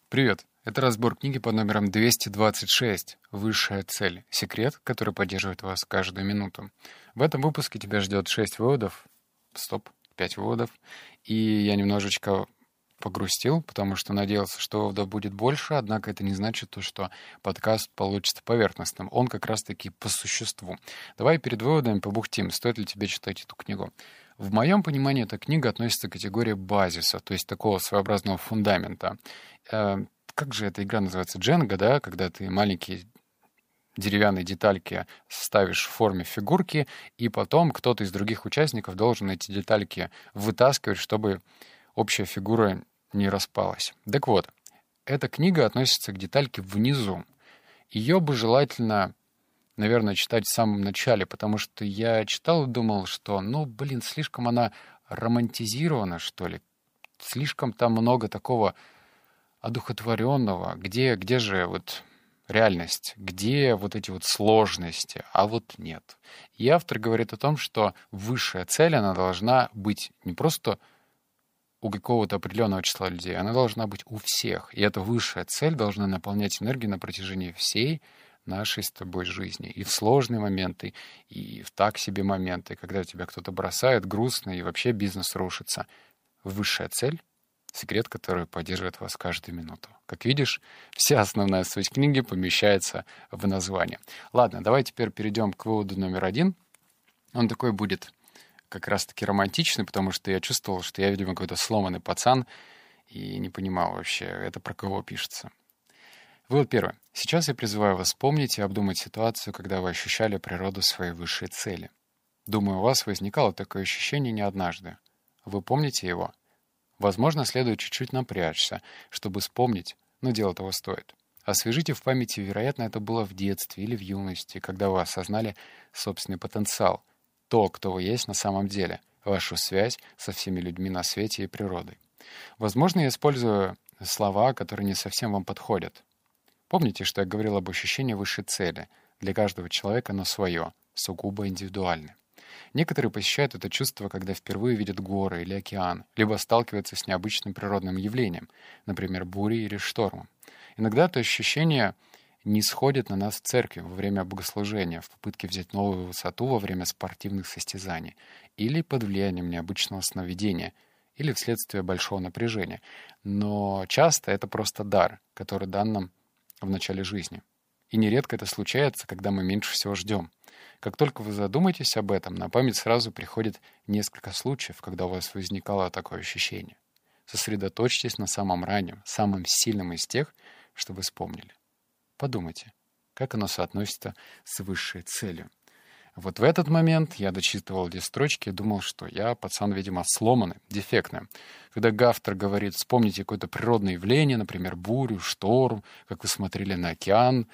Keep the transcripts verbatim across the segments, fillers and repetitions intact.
Привет! Это разбор книги под номером двести двадцать шесть «Высшая цель. Секрет, который поддерживает вас каждую минуту». В этом выпуске тебя ждет шесть выводов, стоп, пять выводов, и я немножечко погрустил, потому что надеялся, что выводов будет больше, однако это не значит то, что подкаст получится поверхностным. Он как раз-таки по существу. Давай перед выводами побухтим, стоит ли тебе читать эту книгу. В моем понимании эта книга относится к категории базиса, то есть такого своеобразного фундамента. Э, Как же эта игра называется? Дженга, да? Когда ты маленькие деревянные детальки ставишь в форме фигурки, и потом кто-то из других участников должен эти детальки вытаскивать, чтобы общая фигура не распалась. Так вот, эта книга относится к детальке внизу. Ее бы желательно, наверное, читать в самом начале, потому что я читал и думал, что, ну, блин, слишком она романтизирована, что ли. Слишком там много такого одухотворенного. Где, где же вот реальность? Где вот эти вот сложности? А вот нет. И автор говорит о том, что высшая цель, она должна быть не просто у какого-то определенного числа людей, она должна быть у всех. И эта высшая цель должна наполнять энергией на протяжении всей нашей с тобой жизни. И в сложные моменты, и в так себе моменты, когда тебя кто-то бросает, грустно, и вообще бизнес рушится. Высшая цель — секрет, который поддерживает вас каждую минуту. Как видишь, вся основная суть книги помещается в названии. Ладно, давай теперь перейдем к выводу номер один. Он такой будет как раз-таки романтичный, потому что я чувствовал, что я, видимо, какой-то сломанный пацан и не понимал вообще, это про кого пишется. Вывод первый. Сейчас я призываю вас вспомнить и обдумать ситуацию, когда вы ощущали природу своей высшей цели. Думаю, у вас возникало такое ощущение не однажды. Вы помните его? Возможно, следует чуть-чуть напрячься, чтобы вспомнить, но дело того стоит. Освежите в памяти, вероятно, это было в детстве или в юности, когда вы осознали собственный потенциал, то, кто вы есть на самом деле, вашу связь со всеми людьми на свете и природой. Возможно, я использую слова, которые не совсем вам подходят. Помните, что я говорил об ощущении высшей цели. Для каждого человека оно свое, сугубо индивидуальное. Некоторые посещают это чувство, когда впервые видят горы или океан, либо сталкиваются с необычным природным явлением, например, бурей или штормом. Иногда это ощущение не сходит на нас в церкви во время богослужения, в попытке взять новую высоту во время спортивных состязаний, или под влиянием необычного сновидения, или вследствие большого напряжения. Но часто это просто дар, который дан нам в начале жизни. И нередко это случается, когда мы меньше всего ждем. Как только вы задумаетесь об этом, на память сразу приходит несколько случаев, когда у вас возникало такое ощущение. Сосредоточьтесь на самом раннем, самом сильном из тех, что вы вспомнили. Подумайте, как оно соотносится с высшей целью. Вот в этот момент я дочитывал эти строчки и думал, что я, пацан, видимо, сломанный, дефектный. Когда автор говорит, вспомните какое-то природное явление, например, бурю, шторм, как вы смотрели на океан.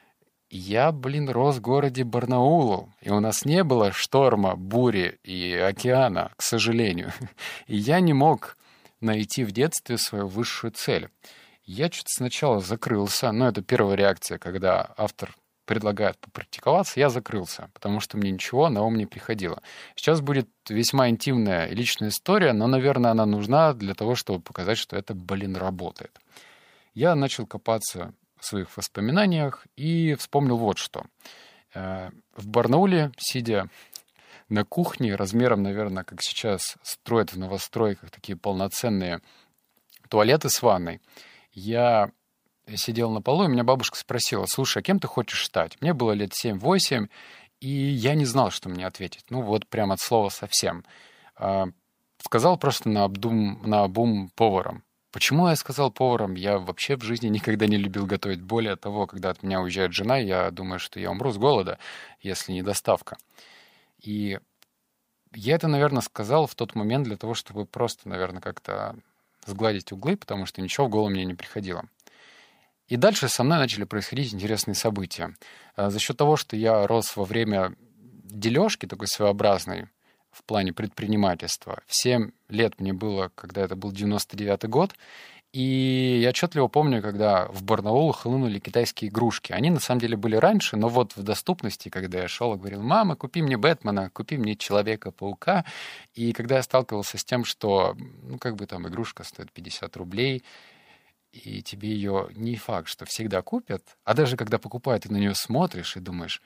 Я, блин, рос в городе Барнаулу, и у нас не было шторма, бури и океана, к сожалению. И я не мог найти в детстве свою высшую цель. Я что-то сначала закрылся, но это первая реакция, когда автор предлагает попрактиковаться, я закрылся, потому что мне ничего на ум не приходило. Сейчас будет весьма интимная и личная история, но, наверное, она нужна для того, чтобы показать, что это, блин, работает. Я начал копаться в своих воспоминаниях и вспомнил вот что. В Барнауле, сидя на кухне, размером, наверное, как сейчас строят в новостройках такие полноценные туалеты с ванной, я сидел на полу, и меня бабушка спросила: слушай, а кем ты хочешь стать? Мне было лет семь-восемь, и я не знал, что мне ответить. Ну вот прям от слова совсем. Сказал просто на обдум, на обум поваром. Почему я сказал поваром? Я вообще в жизни никогда не любил готовить. Более того, когда от меня уезжает жена, я думаю, что я умру с голода, если не доставка. И я это, наверное, сказал в тот момент для того, чтобы просто, наверное, как-то сгладить углы, потому что ничего в голову мне не приходило. И дальше со мной начали происходить интересные события. За счет того, что я рос во время дележки такой своеобразной в плане предпринимательства. В семь лет мне было, когда это был девяносто девятый год, и я отчетливо помню, когда в Барнаул хлынули китайские игрушки. Они на самом деле были раньше, но вот в доступности, когда я шел и говорил: мама, купи мне Бэтмена, купи мне Человека-паука. И когда я сталкивался с тем, что, ну, как бы там игрушка стоит пятьдесят рублей, и тебе ее не факт, что всегда купят, а даже когда покупают, ты на нее смотришь и думаешь,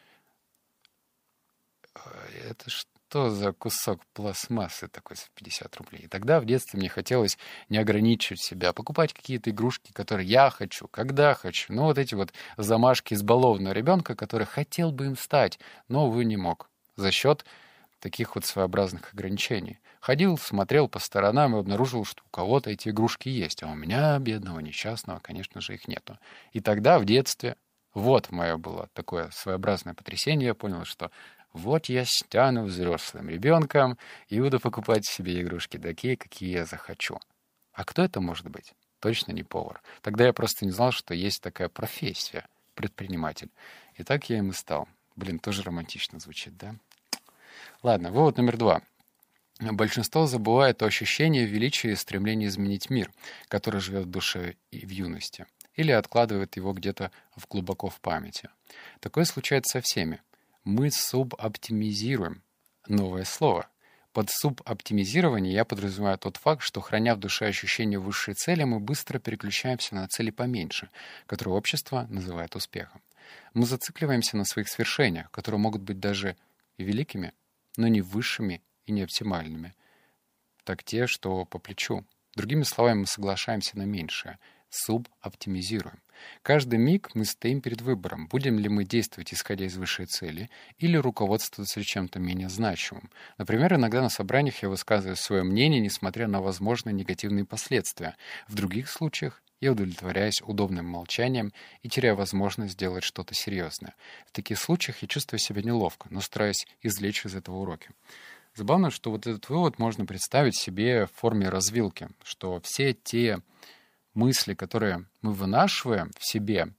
это что за кусок пластмассы такой за пятьдесят рублей? И тогда в детстве мне хотелось не ограничивать себя, покупать какие-то игрушки, которые я хочу, когда хочу. Ну, вот эти вот замашки избалованного ребенка, который хотел бы им стать, но, увы, не мог. За счет таких вот своеобразных ограничений. Ходил, смотрел по сторонам и обнаружил, что у кого-то эти игрушки есть, а у меня, бедного, несчастного, конечно же, их нету. И тогда, в детстве, вот мое было такое своеобразное потрясение, я понял, что вот я стану взрослым ребенком и буду покупать себе игрушки такие, какие я захочу. А кто это может быть? Точно не повар. Тогда я просто не знал, что есть такая профессия — предприниматель. И так я им и стал. Блин, тоже романтично звучит, да? Ладно, вывод номер два. Большинство забывает о ощущении величия и стремлении изменить мир, который живет в душе и в юности, или откладывает его где-то в глубоко в памяти. Такое случается со всеми. Мы субоптимизируем. Новое слово. Под субоптимизированием я подразумеваю тот факт, что, храня в душе ощущение высшей цели, мы быстро переключаемся на цели поменьше, которые общество называет успехом. Мы зацикливаемся на своих свершениях, которые могут быть даже и великими, но не высшими и не оптимальными. Так те, что по плечу. Другими словами, мы соглашаемся на меньшее. Субоптимизируем. Каждый миг мы стоим перед выбором, будем ли мы действовать, исходя из высшей цели, или руководствоваться чем-то менее значимым. Например, иногда на собраниях я высказываю свое мнение, несмотря на возможные негативные последствия. В других случаях я удовлетворяюсь удобным молчанием и теряю возможность сделать что-то серьезное. В таких случаях я чувствую себя неловко, но стараюсь извлечь из этого уроки. Забавно, что вот этот вывод можно представить себе в форме развилки, что все те мысли, которые мы вынашиваем в себе,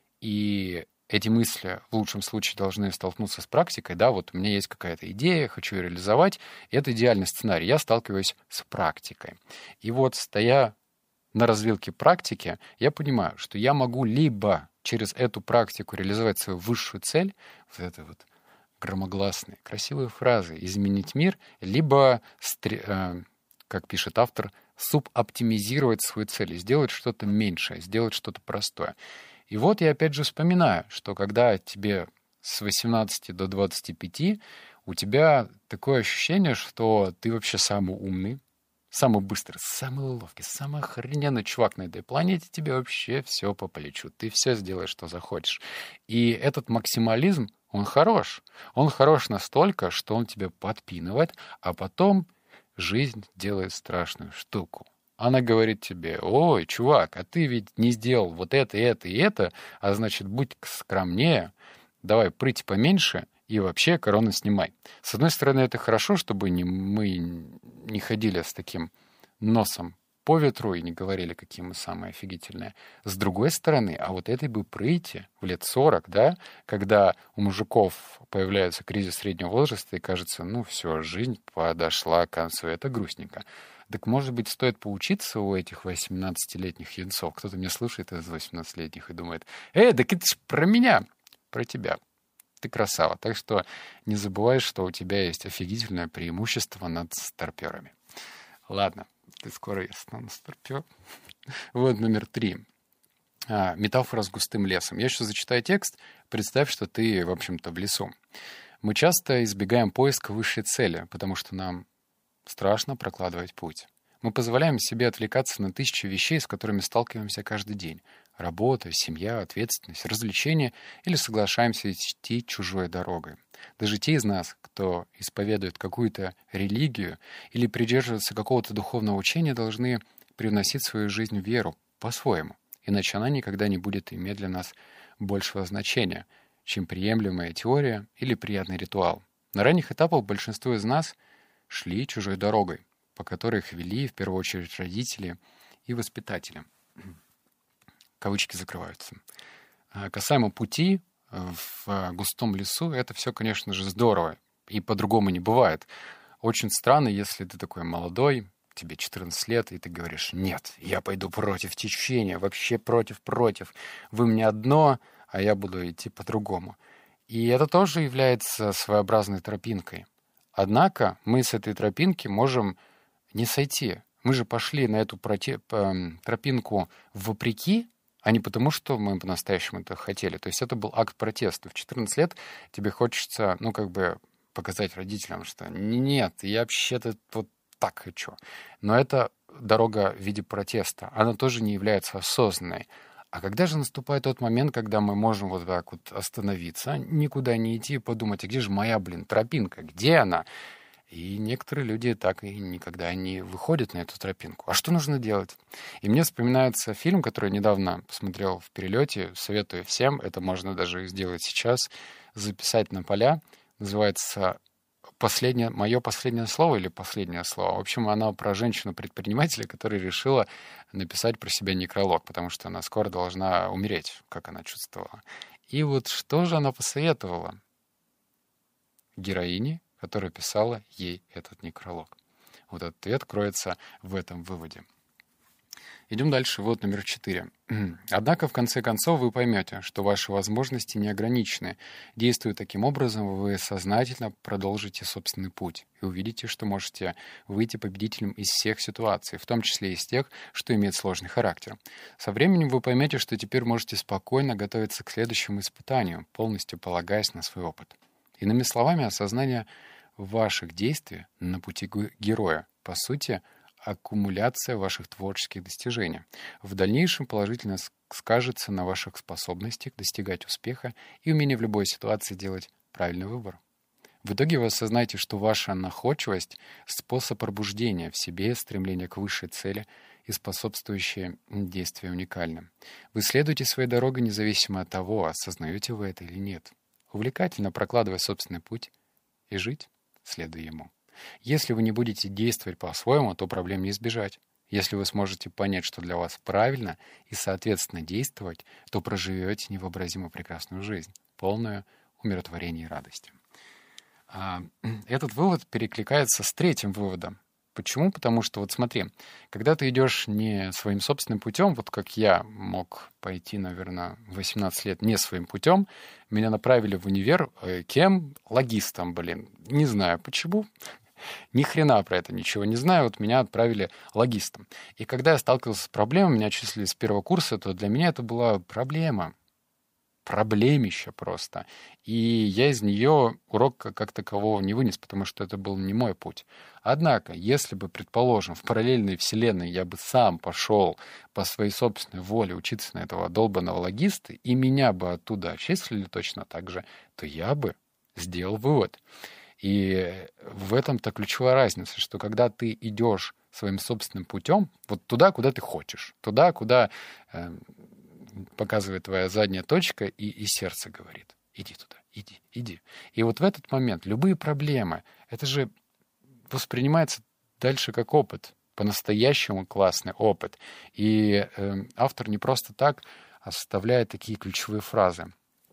и эти мысли в лучшем случае должны столкнуться с практикой, да, вот у меня есть какая-то идея, хочу ее реализовать, и это идеальный сценарий, я сталкиваюсь с практикой. И вот, стоя на развилке практики, я понимаю, что я могу либо через эту практику реализовать свою высшую цель, вот это вот громогласные, красивые фразы, изменить мир, либо, как пишет автор, субоптимизировать свою цель и сделать что-то меньшее, сделать что-то простое. И вот я опять же вспоминаю, что когда тебе с восемнадцати до двадцати пяти, у тебя такое ощущение, что ты вообще самый умный, самый быстрый, самый ловкий, самый охрененный чувак на этой планете, тебе вообще все по плечу. Ты все сделаешь, что захочешь. И этот максимализм, он хорош. Он хорош настолько, что он тебя подпинывает, а потом жизнь делает страшную штуку. Она говорит тебе: ой, чувак, а ты ведь не сделал вот это, это и это, а значит, будь скромнее, давай прыть поменьше и вообще корону снимай. С одной стороны, это хорошо, чтобы не, мы не ходили с таким носом по ветру и не говорили, какие мы самые офигительные. С другой стороны, а вот этой бы прыти в лет сорок, да, когда у мужиков появляется кризис среднего возраста и кажется, ну все, жизнь подошла к концу, это грустненько. Так, может быть, стоит поучиться у этих восемнадцатилетних юнцов? Кто-то меня слушает из восемнадцатилетних и думает: «Эй, так это ж про меня!» Про тебя. Ты красава. Так что не забывай, что у тебя есть офигительное преимущество над старперами. Ладно, ты скоро я стану старпер. Вот номер три. А, метафора с густым лесом. Я сейчас зачитаю текст. Представь, что ты, в общем-то, в лесу. Мы часто избегаем поиска высшей цели, потому что нам страшно прокладывать путь. Мы позволяем себе отвлекаться на тысячи вещей, с которыми сталкиваемся каждый день. Работа, семья, ответственность, развлечения, или соглашаемся идти чужой дорогой. Даже те из нас, кто исповедует какую-то религию или придерживается какого-то духовного учения, должны привносить в свою жизнь веру по-своему, иначе она никогда не будет иметь для нас большего значения, чем приемлемая теория или приятный ритуал. На ранних этапах большинство из нас шли чужой дорогой, по которой их вели в первую очередь родители и воспитатели. Кавычки закрываются. Касаемо пути в густом лесу, это все, конечно же, здорово. И по-другому не бывает. Очень странно, если ты такой молодой, тебе четырнадцать лет, и ты говоришь: нет, я пойду против течения, вообще против-против. Вы мне одно, а я буду идти по-другому. И это тоже является своеобразной тропинкой. Однако мы с этой тропинки можем не сойти. Мы же пошли на эту проте... тропинку вопреки, а не потому, что мы по-настоящему это хотели. То есть это был акт протеста. В четырнадцать лет тебе хочется, ну, как бы показать родителям, что нет, я вообще-то вот так хочу. Но это дорога в виде протеста. Она тоже не является осознанной. А когда же наступает тот момент, когда мы можем вот так вот остановиться, никуда не идти и подумать, а где же моя, блин, тропинка, где она? И некоторые люди так и никогда не выходят на эту тропинку. А что нужно делать? И мне вспоминается фильм, который я недавно посмотрел в перелете. Советую всем, это можно даже сделать сейчас, записать на поля. Называется «Последнее, мое последнее слово» или «Последнее слово». В общем, она про женщину-предпринимателя, которая решила написать про себя некролог, потому что она скоро должна умереть, как она чувствовала. И вот что же она посоветовала героине, которая писала ей этот некролог? Вот этот ответ кроется в этом выводе. Идем дальше. Вывод номер четыре. Однако, в конце концов, вы поймете, что ваши возможности не ограничены. Действуя таким образом, вы сознательно продолжите собственный путь и увидите, что можете выйти победителем из всех ситуаций, в том числе из тех, что имеют сложный характер. Со временем вы поймете, что теперь можете спокойно готовиться к следующему испытанию, полностью полагаясь на свой опыт. Иными словами, осознание ваших действий на пути героя, по сути, аккумуляция ваших творческих достижений. В дальнейшем положительно скажется на ваших способностях достигать успеха и умении в любой ситуации делать правильный выбор. В итоге вы осознаете, что ваша находчивость — способ пробуждения в себе, стремление к высшей цели и способствующее действие уникальным. Вы следуете своей дорогой независимо от того, осознаете вы это или нет, увлекательно прокладывая собственный путь и жить, следуя ему. Если вы не будете действовать по-своему, то проблем не избежать. Если вы сможете понять, что для вас правильно, и, соответственно, действовать, то проживете невообразимо прекрасную жизнь, полную умиротворения и радости. Этот вывод перекликается с третьим выводом. Почему? Потому что, вот смотри, когда ты идешь не своим собственным путем, вот как я мог пойти, наверное, в восемнадцать лет не своим путем, меня направили в универ э, кем? Логистом, блин. Не знаю почему. Ни хрена про это ничего не знаю. Вот меня отправили логистом. И когда я сталкивался с проблемой, меня отчислили с первого курса, то для меня это была проблема. Проблемища просто. И я из нее урока как такового не вынес, потому что это был не мой путь. Однако, если бы, предположим, в параллельной вселенной я бы сам пошел по своей собственной воле учиться на этого долбанного логиста, и меня бы оттуда отчислили точно так же, то я бы сделал вывод. И в этом-то ключевая разница, что когда ты идешь своим собственным путем, вот туда, куда ты хочешь, туда, куда э, показывает твоя задняя точка, и, и сердце говорит: иди туда, иди, иди. И вот в этот момент любые проблемы, это же воспринимается дальше как опыт, по-настоящему классный опыт. И э, автор не просто так оставляет такие ключевые фразы.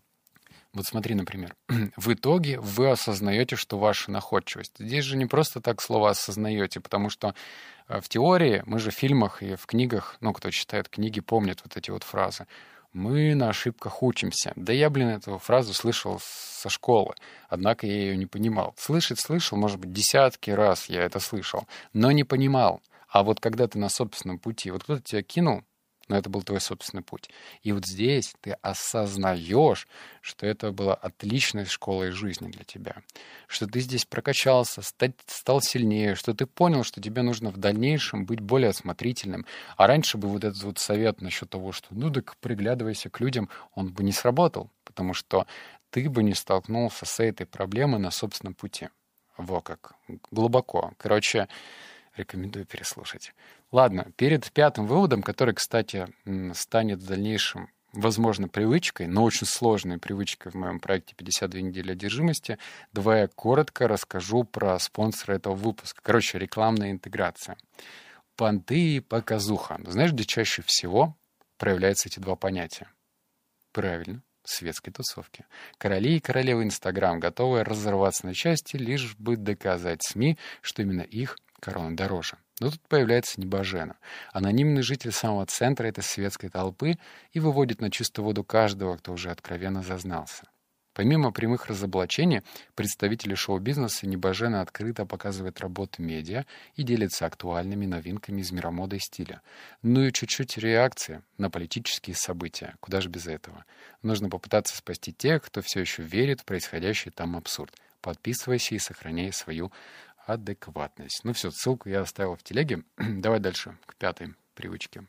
Вот смотри, например, в итоге вы осознаете, что ваша находчивость. Здесь же не просто так слово «осознаете», потому что в теории, мы же в фильмах и в книгах, ну, кто читает книги, помнит вот эти вот фразы. Мы на ошибках учимся. Да я, блин, эту фразу слышал со школы, однако я ее не понимал. Слышать слышал, может быть, десятки раз я это слышал, но не понимал. А вот когда ты на собственном пути, вот кто-то тебя кинул, но это был твой собственный путь. И вот здесь ты осознаешь, что это была отличной школой жизни для тебя. Что ты здесь прокачался, стать, стал сильнее, что ты понял, что тебе нужно в дальнейшем быть более осмотрительным. А раньше бы вот этот вот совет насчет того, что ну так приглядывайся к людям, он бы не сработал, потому что ты бы не столкнулся с этой проблемой на собственном пути. Во как. Глубоко. Короче, рекомендую переслушать. Ладно, перед пятым выводом, который, кстати, станет в дальнейшем, возможно, привычкой, но очень сложной привычкой в моем проекте пятьдесят две недели одержимости, давай я коротко расскажу про спонсора этого выпуска. Короче, рекламная интеграция. Понты и показуха. Знаешь, где чаще всего проявляются эти два понятия? Правильно. В светской тусовке. Короли и королевы Инстаграм, готовые разорваться на части, лишь бы доказать СМИ, что именно их корона дороже. Но тут появляется Небожена, анонимный житель самого центра этой светской толпы, и выводит на чистую воду каждого, кто уже откровенно зазнался. Помимо прямых разоблачений, представители шоу-бизнеса небоженно открыто показывают работу медиа и делятся актуальными новинками из мира моды и стиля. Ну и чуть-чуть реакции на политические события. Куда же без этого? Нужно попытаться спасти тех, кто все еще верит в происходящий там абсурд. Подписывайся и сохраняй свою адекватность. Ну все, ссылку я оставил в телеге. Давай дальше, к пятой привычке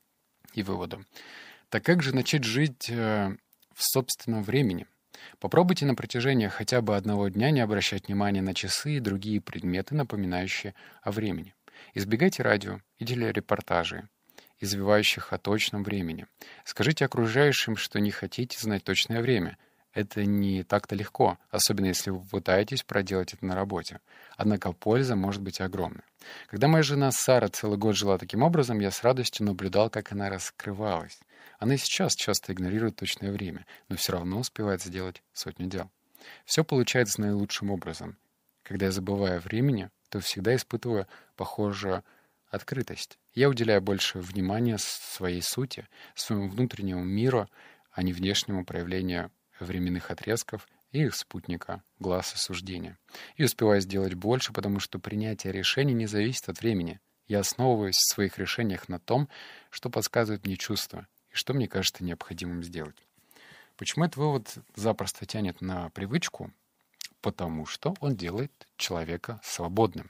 и выводу. Так как же начать жить э, в собственном времени? Попробуйте на протяжении хотя бы одного дня не обращать внимания на часы и другие предметы, напоминающие о времени. Избегайте радио и телерепортажей, извивающих о точном времени. Скажите окружающим, что не хотите знать точное время. Это не так-то легко, особенно если вы пытаетесь проделать это на работе. Однако польза может быть огромной. Когда моя жена Сара целый год жила таким образом, я с радостью наблюдал, как она раскрывалась. Она и сейчас часто игнорирует точное время, но все равно успевает сделать сотню дел. Все получается наилучшим образом. Когда я забываю о времени, то всегда испытываю похожую открытость. Я уделяю больше внимания своей сути, своему внутреннему миру, а не внешнему проявлению временных отрезков и их спутника, глаз осуждения. И успеваю сделать больше, потому что принятие решений не зависит от времени. Я основываюсь в своих решениях на том, что подсказывает мне чувства и что мне кажется необходимым сделать. Почему этот вывод запросто тянет на привычку? Потому что он делает человека свободным.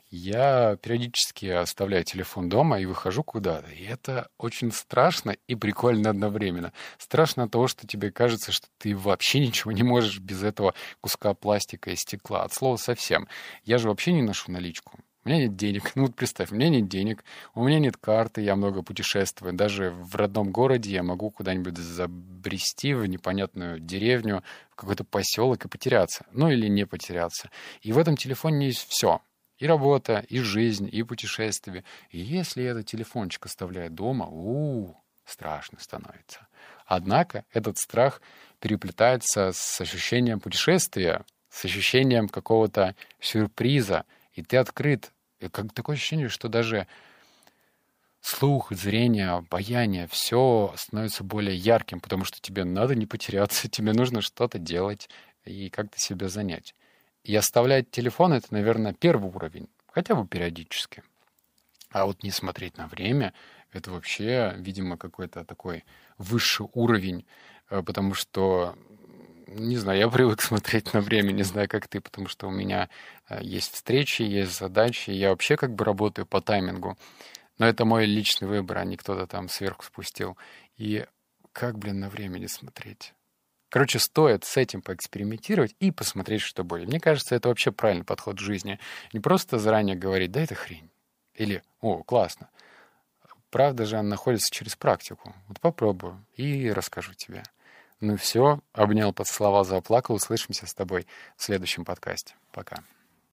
Я периодически оставляю телефон дома и выхожу куда-то. И это очень страшно и прикольно одновременно. Страшно от того, что тебе кажется, что ты вообще ничего не можешь без этого куска пластика и стекла. От слова совсем. Я же вообще не ношу наличку. У меня нет денег. Ну вот представь, у меня нет денег, у меня нет карты, я много путешествую. Даже в родном городе я могу куда-нибудь забрести в непонятную деревню, в какой-то поселок и потеряться. Ну или не потеряться. И в этом телефоне есть все. И работа, и жизнь, и путешествия. И если я этот телефончик оставляю дома, у-у, страшно становится. Однако этот страх переплетается с ощущением путешествия, с ощущением какого-то сюрприза. И ты открыт. И как такое ощущение, что даже слух, зрение, обаяние, все становится более ярким, потому что тебе надо не потеряться, тебе нужно что-то делать и как-то себя занять. И оставлять телефон — это, наверное, первый уровень, хотя бы периодически. А вот не смотреть на время — это вообще, видимо, какой-то такой высший уровень, потому что, не знаю, я привык смотреть на время, не знаю, как ты, потому что у меня есть встречи, есть задачи, я вообще как бы работаю по таймингу, но это мой личный выбор, а не кто-то там сверху спустил. И как, блин, на время не смотреть? Короче, стоит с этим поэкспериментировать и посмотреть, что будет. Мне кажется, это вообще правильный подход к жизни. Не просто заранее говорить, да это хрень. Или, о, классно. Правда же она находится через практику. Вот попробую и расскажу тебе. Ну все, обнял, поцеловал, заплакал. Услышимся с тобой в следующем подкасте. Пока.